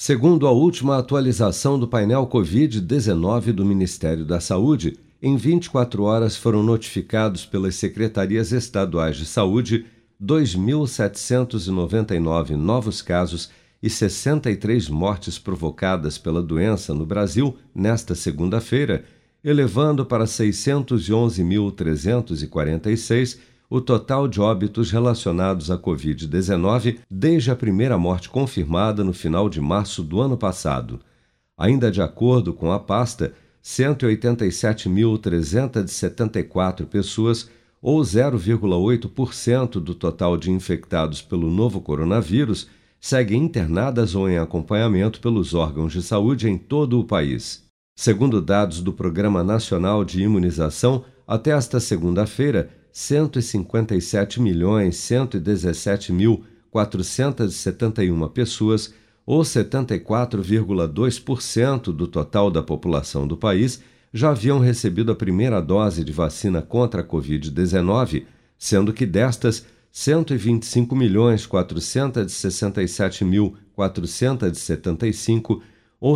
Segundo a última atualização do painel Covid-19 do Ministério da Saúde, em 24 horas foram notificados pelas secretarias estaduais de saúde 2.799 novos casos e 63 mortes provocadas pela doença no Brasil nesta segunda-feira, elevando para 611.346 o total de óbitos relacionados à Covid-19 desde a primeira morte confirmada no final de março do ano passado. Ainda de acordo com a pasta, 187.374 pessoas, ou 0,8% do total de infectados pelo novo coronavírus, seguem internadas ou em acompanhamento pelos órgãos de saúde em todo o país. Segundo dados do Programa Nacional de Imunização, até esta segunda-feira, 157.117.471 pessoas, ou 74,2% do total da população do país, já haviam recebido a primeira dose de vacina contra a Covid-19, sendo que destas, 125.467.475, ou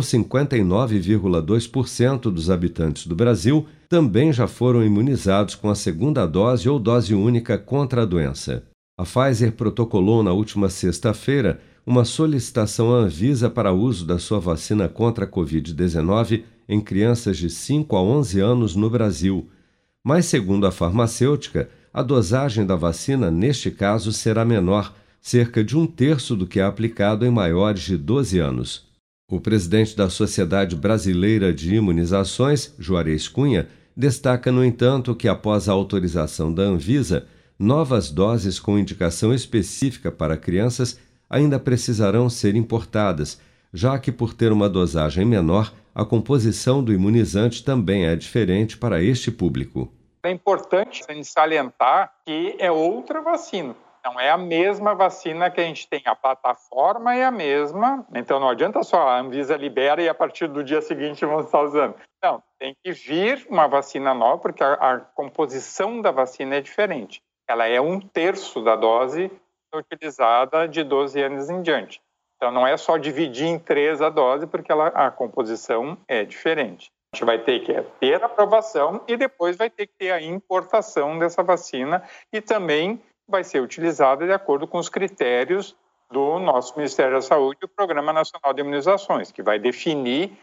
59,2% dos habitantes do Brasil, também já foram imunizados com a segunda dose ou dose única contra a doença. A Pfizer protocolou na última sexta-feira uma solicitação à Anvisa para uso da sua vacina contra a Covid-19 em crianças de 5 a 11 anos no Brasil. Mas, segundo a farmacêutica, a dosagem da vacina, neste caso, será menor, cerca de 1/3 do que é aplicado em maiores de 12 anos. O presidente da Sociedade Brasileira de Imunizações, Juarez Cunha, destaca, no entanto, que após a autorização da Anvisa, novas doses com indicação específica para crianças ainda precisarão ser importadas, já que, por ter uma dosagem menor, a composição do imunizante também é diferente para este público. É importante salientar que é outra vacina. Não é a mesma vacina que a gente tem, a plataforma é a mesma, então não adianta só a Anvisa libera e a partir do dia seguinte vamos estar usando. Não, tem que vir uma vacina nova, porque a composição da vacina é diferente. Ela é 1/3 da dose utilizada de 12 anos em diante. Então não é só dividir em 3 a dose, porque a composição é diferente. A gente vai ter que ter aprovação e depois vai ter que ter a importação dessa vacina e também vai ser utilizada de acordo com os critérios do nosso Ministério da Saúde e o Programa Nacional de Imunizações, que vai definir,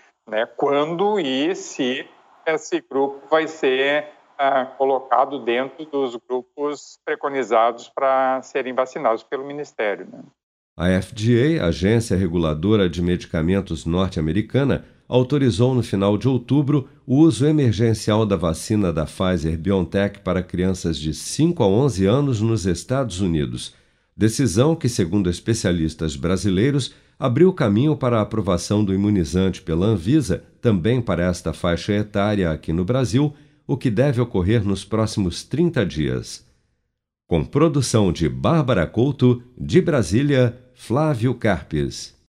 quando e se esse grupo vai ser colocado dentro dos grupos preconizados para serem vacinados pelo Ministério. A FDA, Agência Reguladora de Medicamentos norte-americana, autorizou no final de outubro o uso emergencial da vacina da Pfizer-BioNTech para crianças de 5 a 11 anos nos Estados Unidos. Decisão que, segundo especialistas brasileiros, abriu caminho para a aprovação do imunizante pela Anvisa, também para esta faixa etária aqui no Brasil, o que deve ocorrer nos próximos 30 dias. Com produção de Bárbara Couto, de Brasília, Flávio Carpes.